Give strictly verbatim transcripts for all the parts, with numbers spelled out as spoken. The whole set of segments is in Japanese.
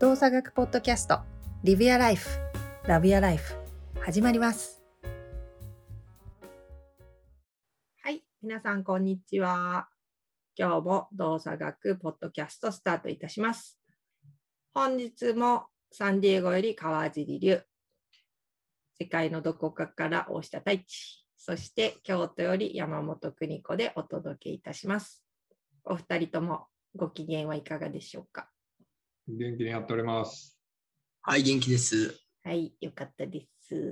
動作学ポッドキャスト Live Your Life Love Your Life 始まります。はい、皆さんこんにちは。今日も動作学ポッドキャストスタートいたします。本日もサンディエゴより川尻龍、世界のどこかから大下太一、そして京都より山本邦子でお届けいたします。お二人ともご機嫌はいかがでしょうか。 元気にやっております。 はい、元気です。 はい、よかったです。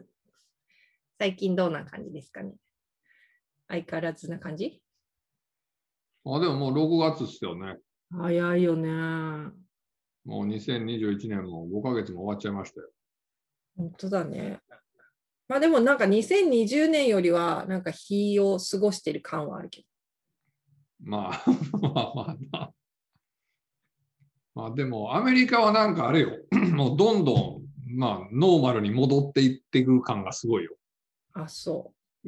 最近どんな感じですかね。相変わらずな感じ？ あ、でももうろくがつっすよね。 早いよね。 もうにせんにじゅういちねんもごかげつも終わっちゃいましたよ。 本当だね。まあでもなんかにせんにじゅうねんよりはなんか日を過ごしてる感はあるけど。 まあ、まあまあまあ。まあでもアメリカはなんかあれよ。もうどんどん、まあノーマルに戻っていっていく感がすごいよ。 あ、そう。 うん、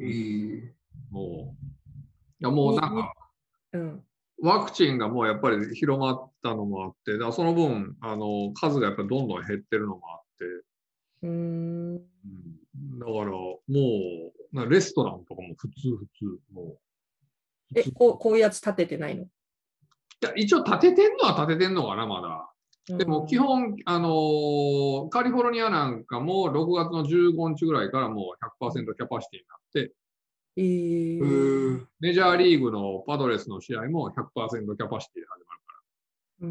もう、いやもうなんか、 うん、 ワクチンがもうやっぱり広まったのもあって、だからその分、あの、数がやっぱりどんどん減ってるのもあって、 うーん、 うん、だからもう、レストランとかも普通普通、もう。 え、こう、こういうやつ立ててないの？ いや一応立ててんのは立ててんのかな、まだ。でも基本、あのー、カリフォルニアなんかもろくがつのじゅうごにちぐらいからもう ひゃくパーセント キャパシティになって、 えー、 メジャーリーグのパドレスの試合も ひゃくパーセント キャパシティで始まるから。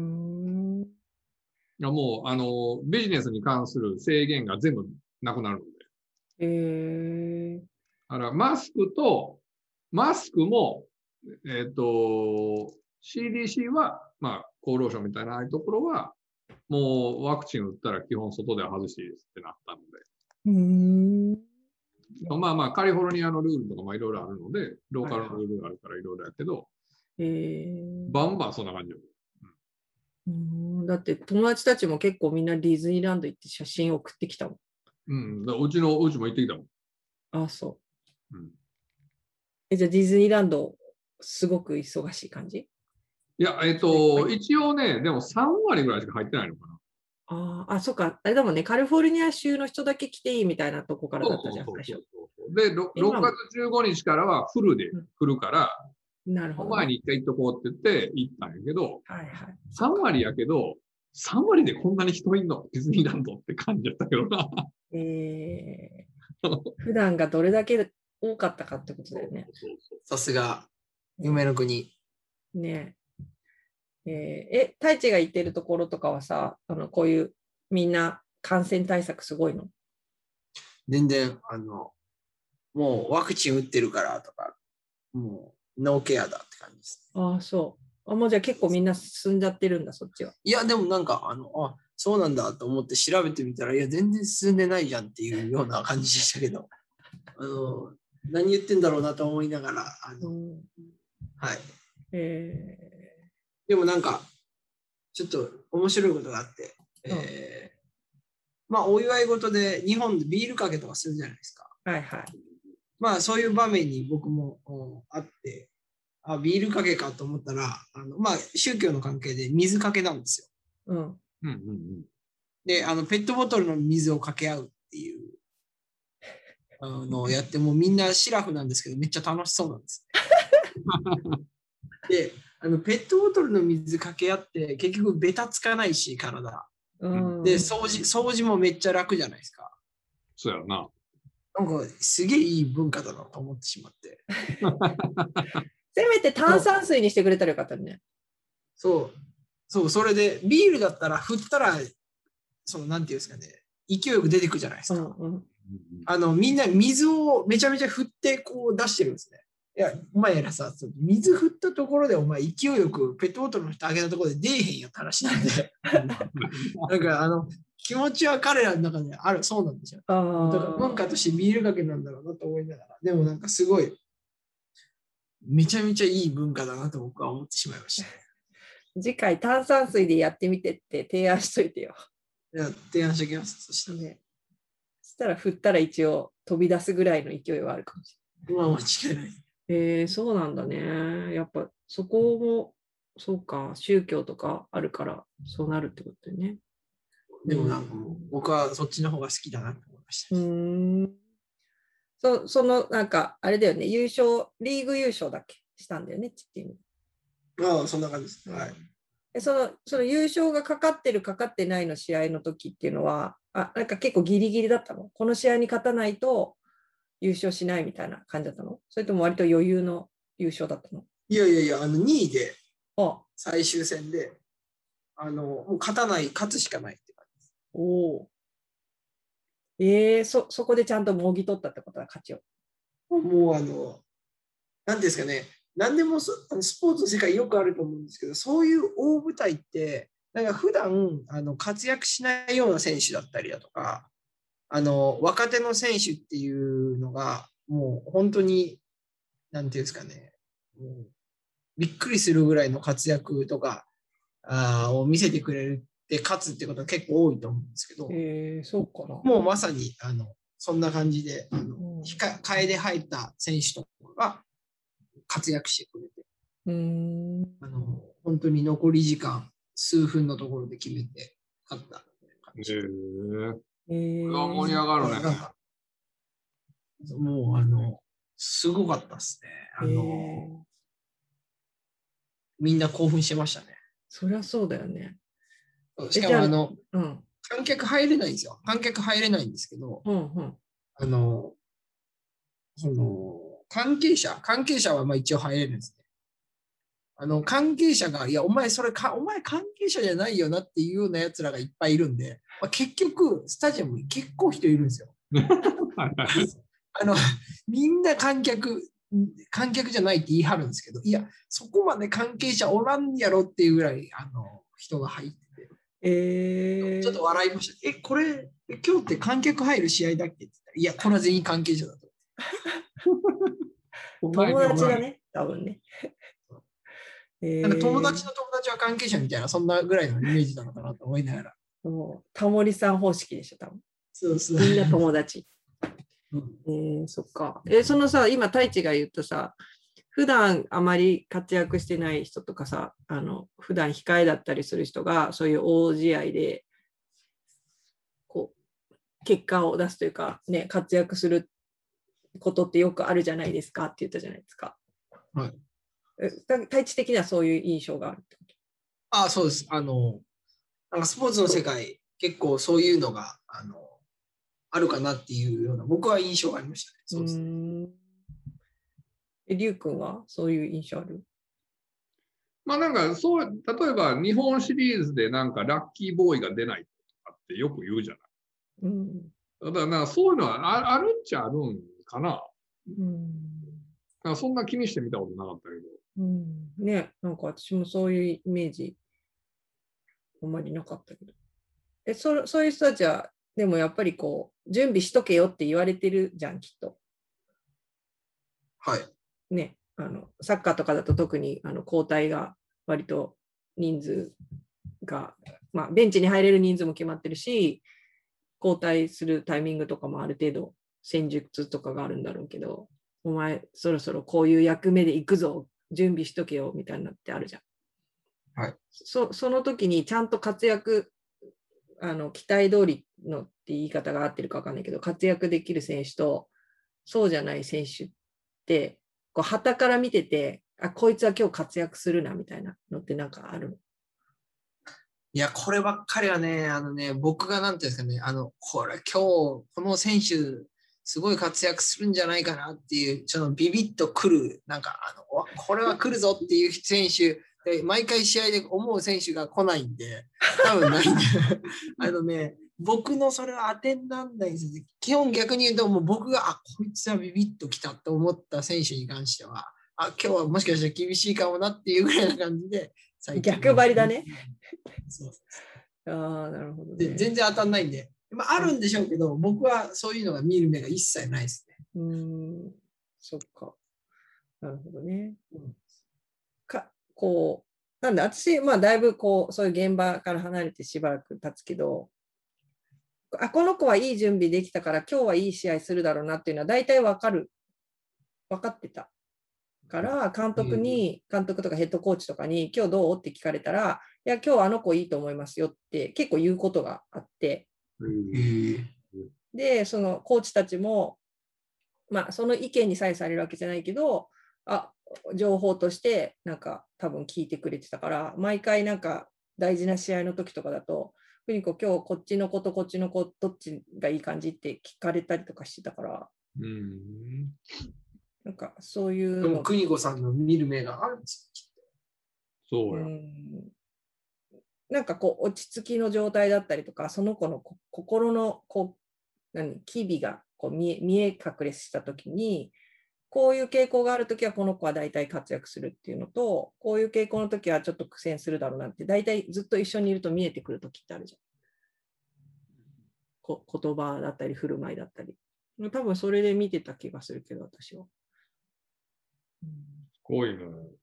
うーん、 いやもう、あのー、ビジネスに関する制限が全部なくなるので。 えー、 だからマスクと、マスクも、えっと、シーディーシー は、まあ、厚労省みたいなああいうところは、もうワクチン打ったら基本外では外していいですってなったので。 うーん、 まあまあ、カリフォルニアのルールとかもいろいろあるので、ローカルのルールがあるからいろいろやけど、 えー、 バンバンそんな感じよ。 うん、だって友達たちも結構みんなディズニーランド行って写真送ってきたもん。 うん、だからうちの、うちも行ってきたもん。 あ、そう。 うん、 え、じゃあディズニーランド、すごく忙しい感じ？ いや、えっと、一応ね、でもさんわりぐらいしか入ってないのかな。 ああ、そっか。あれだもんね、カリフォルニア州の人だけ来ていいみたいなとこからだったじゃん、最初。 で、ろくがつじゅうごにちからはフルで来るから、 うん、なるほど、ね。 前に一回行っとこうって言って行ったんやけど、 はいはい、 さんわりやけど、さんわりでこんなに人いんのディズニーランドって感じだったけどな。 えー、普段がどれだけ多かったかってことだよね。 さすが、夢の国。 ねえ。え、太一が行ってるところとかはさ、あのこういうみんな感染対策すごいの？ 全然、あの、もうワクチン打ってるからとか、もうノーケアだって感じです。 ああ、そう。あ、もうじゃあ結構みんな進んじゃってるんだ、そっちは。 いや、でもなんか、あの、あ、そうなんだと思って調べてみたら、いや、全然進んでないじゃんっていうような感じでしたけど、あの、何言ってんだろうなと思いながら、あの、うん、はい。 えー、でもなんか、ちょっと面白いことがあって、えー、うん、まあ、お祝い事で日本でビールかけとかするじゃないですか。 はいはい。 まあ、そういう場面に僕もあって、あ、ビールかけかと思ったら、あの、まあ、宗教の関係で水かけなんですよ。 うん。うんうんうん。 で、あの、ペットボトルの水をかけ合うっていうのをやって、もうみんなシラフなんですけど、めっちゃ楽しそうなんです。で、あの、ペットボトルの水かけ合って、結局ベタつかないし、体。うん、で、掃除、掃除もめっちゃ楽じゃないですか。 そうやな。 なんか、すげえいい文化だなと思ってしまって。 せめて炭酸水にしてくれたらよかったね。 そう。そう、それで、ビールだったら、振ったら、その、なんていうんですかね、勢いよく出てくるじゃないですか。うんうん、あの、みんな水をめちゃめちゃ振って、こう出してるんですね。いや、お前らさ、水振ったところで、お前勢いよくペットボトルの蓋開けたところで出えへんよって話なんで。なんか、あの、気持ちは彼らの中である、そうなんですよ。だから文化としてビールかけなんだろうなと思いながら。でもなんかすごい、めちゃめちゃいい文化だなと僕は思ってしまいました。 次回炭酸水でやってみてって提案しといてよ。 いや、提案しておきます。そしたら、 ね、そしたら振ったら一応飛び出すぐらいの勢いはあるかもしれない。まあ間違いない。 えー、そうなんだね。やっぱそこもそうか、宗教とかあるからそうなるってことだよね。 でもなんかもう僕はそっちの方が好きだなと思いました。 うーん。そ, そのなんかあれだよね、優勝、リーグ優勝だっけしたんだよね、チーム。 ああ、そんな感じです。はい。 えそのその優勝がかかってるかかってないの試合の時っていうのは、あなんか結構ギリギリだったの？この試合に勝たないと優勝しないみたいな感じだったの？それとも割と余裕の優勝だったの？ いやいやいや、あのにいであ最終戦で、あのもう勝たない、勝つしかないって感じです。 おお。えー、そ, そこでちゃんともぎ取ったってことだ、勝ちを。 もうあの、なんですかね、何でもそあのスポーツの世界よくあると思うんですけど、そういう大舞台って、なんか普段あの活躍しないような選手だったりだとか、あの若手の選手っていうのが、もう本当に、なんていうんですかね、もうびっくりするぐらいの活躍とかあを見せてくれるって勝つってことは結構多いと思うんですけど、 えー、そうかな。 もうまさにあのそんな感じで、あのうん、 替えで入った選手とかが活躍してくれて、 うーんあの本当に残り時間数分のところで決めて勝った感じ。 へえ。 えー、 盛り上がるね。 もうあのすごかったですね。あの、えー、みんな興奮してましたね。 そりゃそうだよね。 しかもあの、うん、観客入れないんですよ。観客入れないんですけど、うんうん、あの、その関係者、関係者はまあ一応入れるんですね。あの関係者が、いや、お前それか、お前関係者じゃないよなっていうようなやつらがいっぱいいるんで、まあ、結局、スタジアムに結構人いるんですよ。あのみんな観客、観客じゃないって言い張るんですけど、いや、そこまで関係者おらんやろっていうぐらいあの人が入ってて、えー、ちょっと笑いました。え、これ、今日って観客入る試合だっけって言ったら、いや、これは全員関係者だと。 友達だね、多分ね。 なんか友達の友達は関係者みたいな、そんなぐらいのイメージなのかなと思いながら。 もうタモリさん方式でしょ、多分。 そうそう。 みんな友達。うん、えー、そっか。えー、そのさ、今、太一が言ったさ、普段あまり活躍してない人とかさ、あの普段控えだったりする人が、そういう大試合で、こう、結果を出すというか、ね、活躍することってよくあるじゃないですかって言ったじゃないですか。 はい。 太一的にはそういう印象があるってこと？ ああ、そうです。あの、なんかスポーツの世界、結構そういうのが、あの、あるかなっていうような、僕は印象がありましたね。そうですね。 え、りゅうくんはそういう印象ある？ まあなんかそう、例えば日本シリーズでなんかラッキーボーイが出ないとかってよく言うじゃない。うん、だからなんかそういうのは あ, あるっちゃあるんかな。うん、だからそんな気にしてみたことなかったけど。 うん、ね、なんか私もそういうイメージあんまりなかったけど。え、そ, そういう人たちは、でもやっぱりこう、準備しとけよって言われてるじゃん、きっと。 はい。 ね、あのサッカーとかだと特にあの交代が割と人数が、まあ、ベンチに入れる人数も決まってるし、交代するタイミングとかもある程度戦術とかがあるんだろうけど、お前そろそろこういう役目で行くぞ、準備しとけよみたいなのってあるじゃん。はい、そ, その時にちゃんと活躍、あの期待通りのって言い方が合ってるか分かんないけど、活躍できる選手とそうじゃない選手ってこう旗から見てて、あ、こいつは今日活躍するなみたいなのってなんかあるの？ いや、こればっかりはね、あのね、僕がなんていうんですかね、あの、これ今日、この選手、すごい活躍するんじゃないかなっていう、そのビビッとくる、なんか、あの、これは来るぞっていう選手、毎回試合で思う選手が来ないんで、多分ないんで、あのね、僕のそれは当てにならないんですよ。基本逆に言うと、もう僕が、あ、こいつはビビッときたと思った選手に関しては、あ、今日はもしかしたら厳しいかもなっていうぐらいな感じで、 逆張りだね。そうああ、なるほど、ね、 全然当たんないんで。まあ、あるんでしょうけど、僕はそういうのが見る目が一切ないですね。 うん、そっか。なるほどね。うん、かこう、なんで私、まあ、だいぶこう、そういう現場から離れてしばらく経つけど、あ、この子はいい準備できたから、今日はいい試合するだろうなっていうのは大体わかる。分かってた。から監督に、監督とかヘッドコーチとかに今日どうって聞かれたら、いや、今日あの子いいと思いますよって結構言うことがあって、で、そのコーチたちも、まあ、その意見にさえされるわけじゃないけど、あ、情報としてなんか多分聞いてくれてたから、毎回なんか大事な試合の時とかだと、ふにこ今日こっちの子とこっちの子どっちがいい感じって聞かれたりとかしてたから、 うん、 なんかそういうの。 でも邦子さんの見る目があるんですよ。 そうや。 うん、なんかこう落ち着きの状態だったりとか、その子の心のこう何機微がこう見え見え隠れした時に、こういう傾向があるときはこの子は大体活躍するっていうのと、こういう傾向のときはちょっと苦戦するだろうなって、大体ずっと一緒にいると見えてくるときってあるじゃん。こ言葉だったり振る舞いだったり。多分それで見てた気がするけど、私は。 すごいね。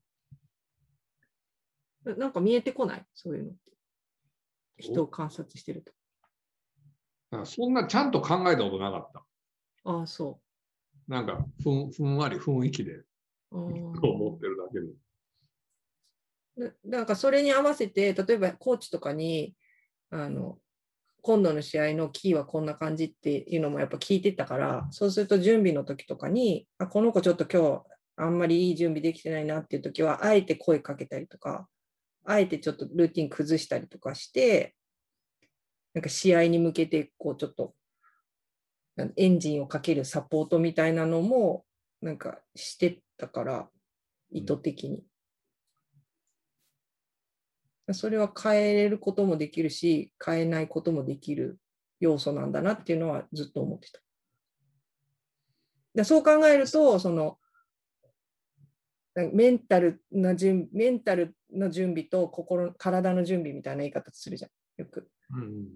なんか見えてこないそういうのって。人を観察してると。そんなちゃんと考えたことなかった。 ああ、そう。 なんかふん、ふんわり雰囲気で思ってるだけで。なんかそれに合わせて、例えばコーチとかに、あの、今度の試合のキーはこんな感じっていうのもやっぱ聞いてたから、そうすると準備の時とかに、あ、この子ちょっと今日あんまりいい準備できてないなっていう時は、あえて声かけたりとか、あえてちょっとルーティン崩したりとかして、なんか試合に向けてこうちょっとエンジンをかけるサポートみたいなのもなんかしてたから、意図的に。それは変えれることもできるし、変えないこともできる要素なんだなっていうのはずっと思ってた。でそう考えると、そのメンタルな準メンタルの準備と心、体の準備みたいな言い方するじゃん、よく。 うん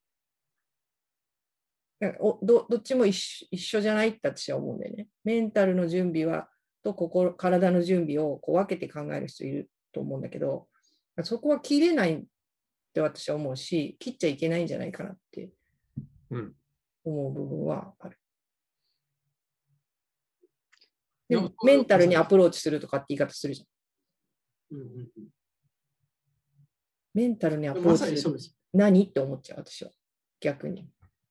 お ど, どっちも一 緒, 一緒じゃないって私は思うんだよね。メンタルの準備はと心体の準備をこう分けて考える人いると思うんだけど、そこは切れないって私は思うし、切っちゃいけないんじゃないかなって思う部分はある。でもメンタルにアプローチするとかって言い方するじゃん。うんうんうん、メンタルにアプローチする。何って思っちゃう、私は。逆に。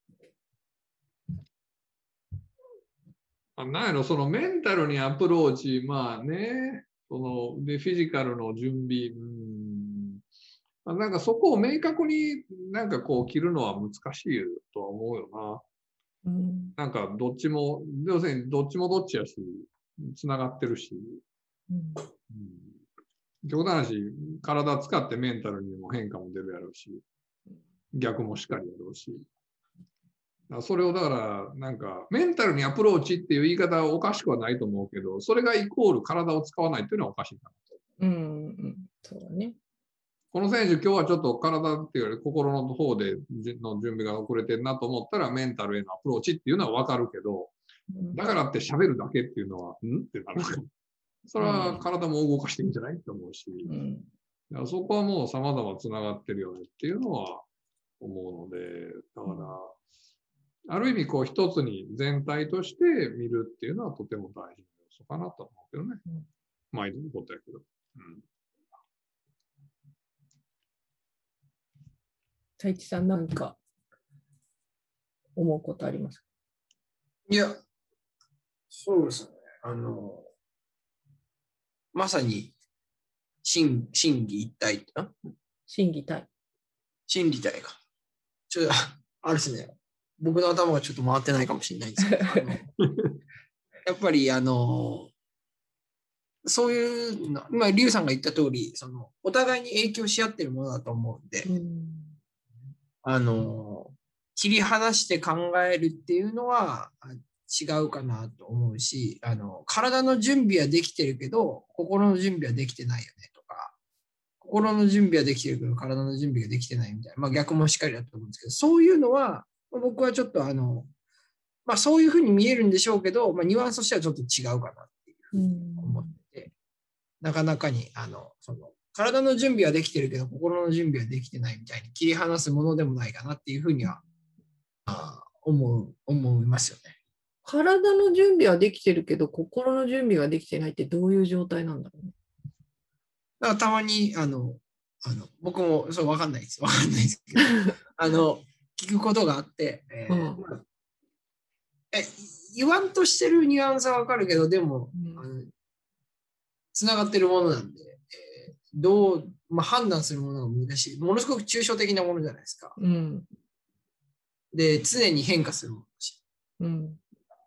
なんやろ、そのメンタルにアプローチ、まあね、そのでフィジカルの準備、うん、なんかそこを明確になんかこう切るのは難しいとは思うよな。うん、なんかどっちも、要するにどっちもどっちやし、つながってるし。うんうん、極端な話、体使ってメンタルにも変化も出るやろうし、逆もしっかりやろうし。それをだから、なんか、メンタルにアプローチっていう言い方はおかしくはないと思うけど、それがイコール体を使わないっていうのはおかしいかなと。うん、うん、そうだね。 この選手、今日はちょっと体っていうより心の方での準備が遅れてるなと思ったら、メンタルへのアプローチっていうのはわかるけど、だからって喋るだけっていうのは、んってなる。それは体も動かしていいんじゃないと思うし、うん、だからそこはもう様々つながってるよねっていうのは思うので、だから、ある意味、こう一つに全体として見るっていうのはとても大事な要素かなと思うけどね。うん、毎度のことやけど。 太一さん、何か思うことありますか？ いや、そうですね。あの、まさに、心技一体ってな心技体。 心技体か。ちょっと、あるですね。僕の頭がちょっと回ってないかもしれないんですけど、あのやっぱり、あの、そういうの、今、リュウさんが言った通り、その、お互いに影響し合ってるものだと思うんで、うん、あの、切り離して考えるっていうのは違うかなと思うし、あの、体の準備はできてるけど、心の準備はできてないよねとか、心の準備はできてるけど、体の準備ができてないみたいな、まあ逆もしっかりだと思うんですけど、そういうのは、僕はちょっとあの、まあそういうふうに見えるんでしょうけど、まあニュアンスとしてはちょっと違うかなっていうふうに思ってて、なかなかに、あの、その、体の準備はできてるけど、心の準備はできてないみたいに切り離すものでもないかなっていうふうには、あ思う、思いますよね。 体の準備はできてるけど、心の準備ができてないってどういう状態なんだろうね。 だからたまに、あの、 あの僕もそう分かんないです。分かんないですけど、あの、聞くことがあって、えーうん、 え言わんとしてるニュアンスは分かるけど、でも、 うんあのつながってるものなんで、えーどう、まあ、判断するものが難しい。ものすごく抽象的なものじゃないですか。 うん、 で、常に変化するものだし。 うん、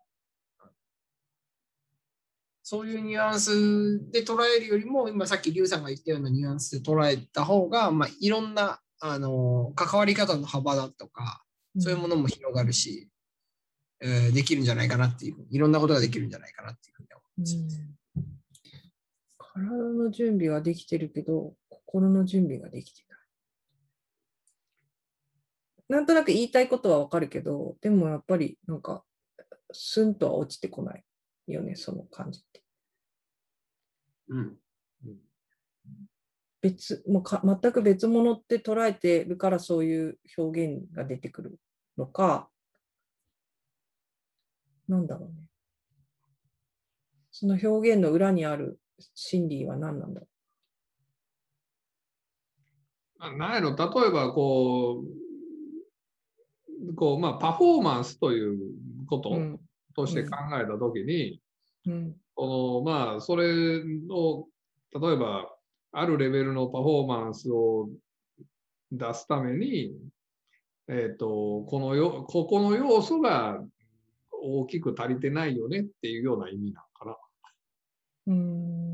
そういうニュアンスで捉えるよりも、今さっきリュウさんが言ったようなニュアンスで捉えた方が、まあ、いろんな、あの、関わり方の幅だとか、そういうものも広がるし、えーできるんじゃないかなっていう、いろんなことができるんじゃないかなっていうふうに思いますよね。 うん。体の準備はできてるけど、心の準備ができてない。なんとなく言いたいことはわかるけど、でもやっぱりなんか、スンとは落ちてこないよね、その感じって。 うん。 別、もうか全く別物って捉えてるからそういう表現が出てくるのか、なんだろうね。その表現の裏にある真理は何なんだろなんやろ、例えばこう、こうまあ、パフォーマンスというこう。うとん。 として考えたときに、 うん。 このまあ、それを、例えば、あるレベルのパフォーマンスを出すために、えっと、このよ、ここの要素が大きく足りてないよねっていうような意味なのかな。 うん。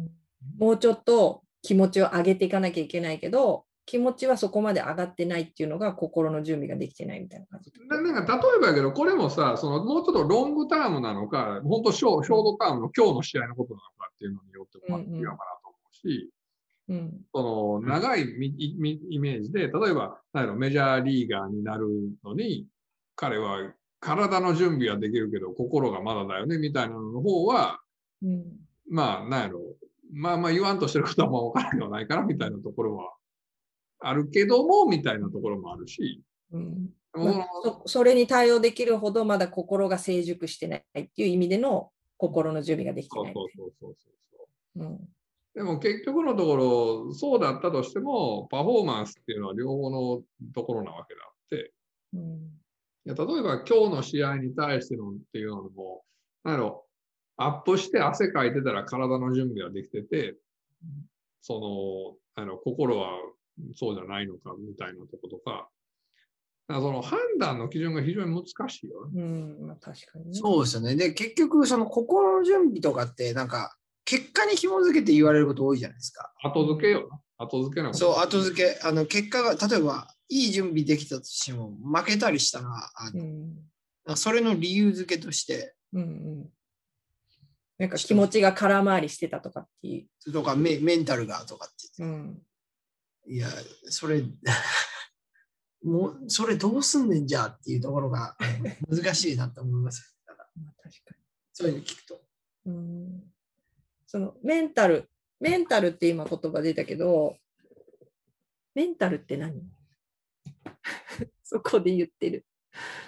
もうちょっと気持ちを上げていかなきゃいけないけど、気持ちはそこまで上がってないっていうのが心の準備ができてないみたいな感じ。 ななんか例えばやけど、これもさ、そのもうちょっとロングタームなのか、本当ショショートタームの今日の試合のことなのかっていうのによってもまた違うかなと思うし、 うん。 その長いイメージで、例えばなんやろメジャーリーガーになるのに、彼は体の準備はできるけど、心がまだだよねみたいなのの方は、 うん。 まあ、なんやろまあまあ言わんとしてることはもう分からんではないかなみたいなところはあるけども、みたいなところもあるし、 うんでもそのまあ、そそれに対応できるほどまだ心が成熟してないっていう意味での心の準備ができてそうない。 そうそうそうそう。 うんでも結局のところ、そうだったとしても、パフォーマンスっていうのは両方のところなわけであって、 うんいや例えば今日の試合に対してのっていうのも、なんやろアップして汗かいてたら体の準備はできてて、その、あの心はそうじゃないのかみたいなとことか、だからその判断の基準が非常に難しいよね。 うんまあ、確かにね。 そうですよね。で、結局、その心の準備とかって、なんか、結果に紐づけて言われること多いじゃないですか。 後付けよな。後付けのこと。 そう、後付け、あの、結果が、例えば、いい準備できたとしても、負けたりしたら、あうの、 んそれの理由付けとして、 うんうん、なんか気持ちが空回りしてたとかっていう。 とかメ、メンタルがとかってう言っんて。いや、それ、もう、それどうすんねんじゃっていうところが難しいなと思いますよ。だからまあ、確かそういうの聞くと。 に。うんそのメンタル、メンタルって今言葉出たけど、メンタルって何そこで言ってる。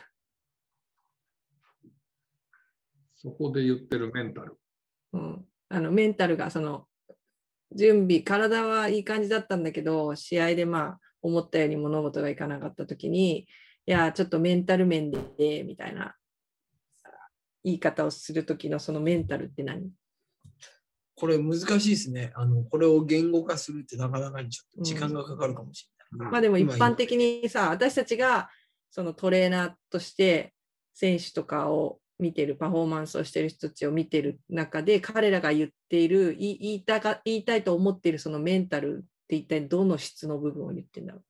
そこで言ってるメンタル。 うん、あのメンタルがその準備、体はいい感じだったんだけど、試合でまあ思ったように物事がいかなかったときに、いや、ちょっとメンタル面で、みたいな言い方をするときのそのメンタルって何？ これ難しいですね。あの、これを言語化するってなかなかにちょっと時間がかかるかもしれない。 うん、まあでも一般的にさ、私たちがそのトレーナーとして選手とかを見てる、パフォーマンスをしてる人たちを見てる中で、彼らが言っている、言いたか言いたいと思っているそのメンタルって一体どの質の部分を言ってるんだろう？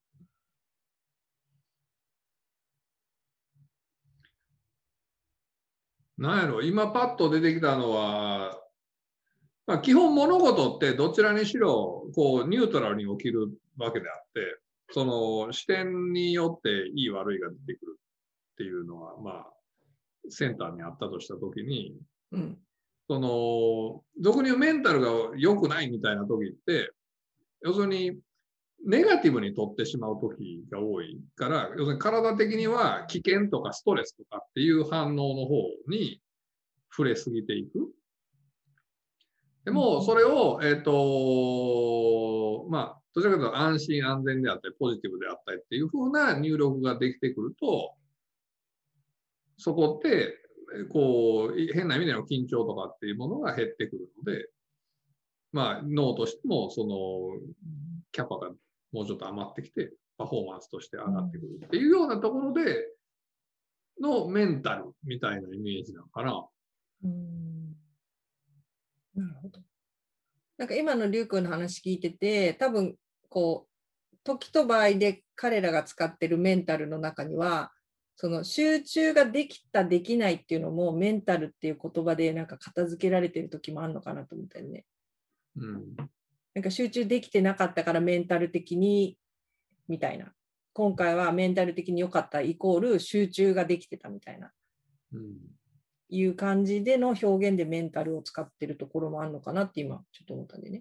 なんやろ、今パッと出てきたのは、まあ、基本物事ってどちらにしろこうニュートラルに起きるわけであって、その視点によっていい悪いが出てくるっていうのは、まあ、センターにあったとしたときに、 うん、 その、俗に言うメンタルが良くないみたいな時って、要するに、ネガティブに取ってしまう時が多いから、要するに体的には危険とかストレスとかっていう反応の方に触れすぎていく。でも、それを、えっと、まあ、 どちらかというと安心安全であったり、ポジティブであったりっていう風な入力ができてくると、そこって、こう、変な意味での緊張とかっていうものが減ってくるので、まあ、脳としても、その、キャパがもうちょっと余ってきて、パフォーマンスとして上がってくるっていうようなところでのメンタルみたいなイメージなのかな。 うん、なるほど。なんか今のリュウ君の話聞いてて、多分こう時と場合で彼らが使ってるメンタルの中には、その集中ができたできないっていうのもメンタルっていう言葉でなんか片付けられてる時もあるのかなと思ったよね。 うん、 なんか集中できてなかったからメンタル的にみたいな。今回はメンタル的に良かったイコール集中ができてたみたいな。 うんいう感じでの表現でメンタルを使ってるところもあるのかなって今ちょっと思ったんでね。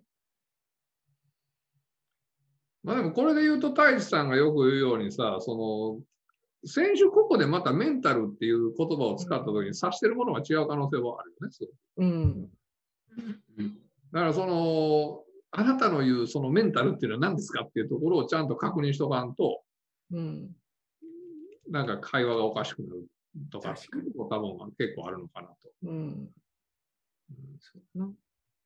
まあでもこれで言うと太一さんがよく言うようにさ、その選手個々でまたメンタルっていう言葉を使った時に指してるものが違う可能性はあるよね。そう、うん、だからそのあなたの言うそのメンタルっていうのは何ですかっていうところをちゃんと確認しとかんと、うん、なんか会話がおかしくなるとか多分結構あるのかなと。うんうん、 そうな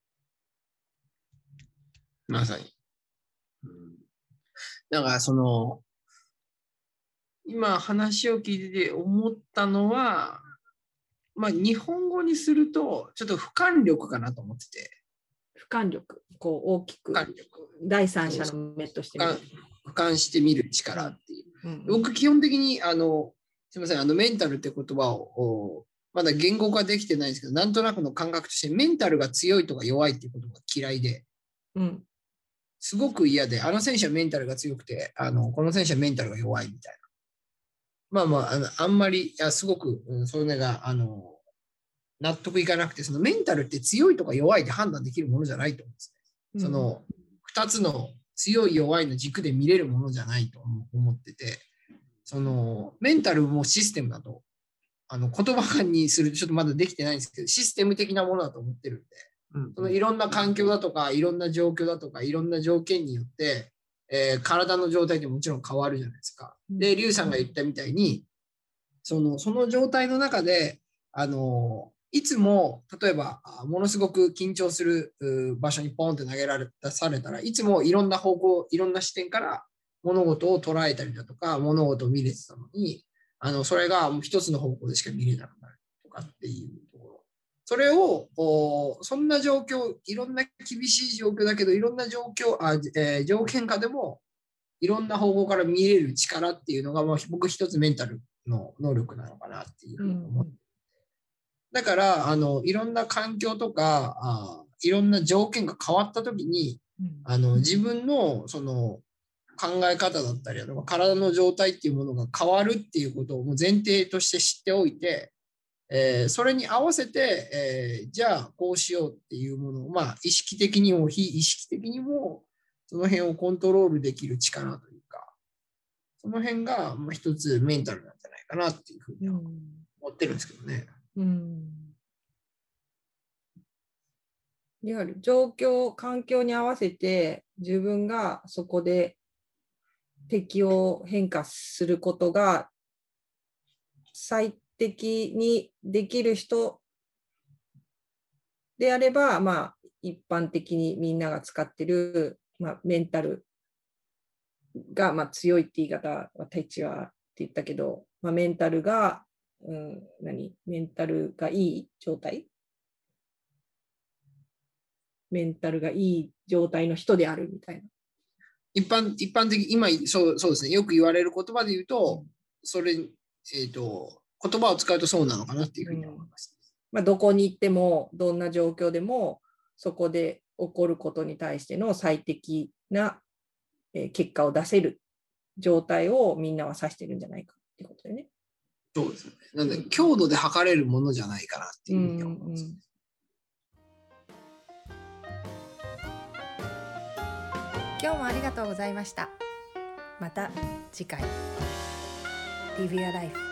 まさに。うん、だからその今話を聞いてて思ったのは、まあ日本語にするとちょっと俯瞰力かなと思ってて。 俯瞰力、こう大きく第三者の目として見る。 俯瞰してみる力っていう。うんうん、僕基本的にあのすみませんあのメンタルって言葉をまだ言語化できてないんですけど、なんとなくの感覚としてメンタルが強いとか弱いっていうことが嫌いで、うん、すごく嫌で、あの選手はメンタルが強くて、あのこの選手はメンタルが弱いみたいな。まあまあ、あのあんまり、いやすごく、うん、それがあの納得いかなくて、そのメンタルって強いとか弱いで判断できるものじゃないと思うんですね。うん、そのふたつの強い弱いの軸で見れるものじゃないと思ってて、そのメンタルもシステムだと、あの言葉にするとちょっとまだできてないんですけど、システム的なものだと思ってるんで、うん、そのいろんな環境だとか、いろんな状況だとか、いろんな条件によって、えー、体の状態ってもちろん変わるじゃないですか。で、リュウさんが言ったみたいに、その、その状態の中で、あの、いつも、例えば、ものすごく緊張する場所にポンって投げられ出されたらいつもいろんな方向、いろんな視点から物事を捉えたりだとか、物事を見れてたのに、あの、それがもう一つの方向でしか見れなくなるとかっていうところ。それを、そんな状況、いろんな厳しい状況だけど、いろんな状況、あえー、条件下でも、いろんな方向から見れる力っていうのが、まあ、僕一つメンタルの能力なのかなっていうふうに思って。うん、だから、あの、いろんな環境とか、あいろんな条件が変わったときに、あの、自分の、その、考え方だったりとか体の状態っていうものが変わるっていうことをもう前提として知っておいて、えー、それに合わせて、えー、じゃあこうしようっていうものを、まあ、意識的にも非意識的にもその辺をコントロールできる力というか、その辺がまあ一つメンタルなんじゃないかなっていうふうに思ってるんですけどね。うん、 いわゆる状況、環境に合わせて自分がそこで適応変化することが最適にできる人であれば、まあ、一般的にみんなが使ってる、まあ、メンタルが、まあ、強いって言い方は太一はって言ったけど、まあ、メンタルが、うん、何メンタルがいい状態メンタルがいい状態の人であるみたいな。 一般一般的今そうそうですね、よく言われる言葉で言うと、それ、えーと、言葉を使うとそうなのかなっていうふうに思います。 うん、まあ、どこに行ってもどんな状況でもそこで起こることに対しての最適な、えー、結果を出せる状態をみんなは指してるんじゃないかってことでね。 そうですね。なので強度で測れるものじゃないかなっていうふうに思います。うんうん、 今日もありがとうございました。また次回。Live your life.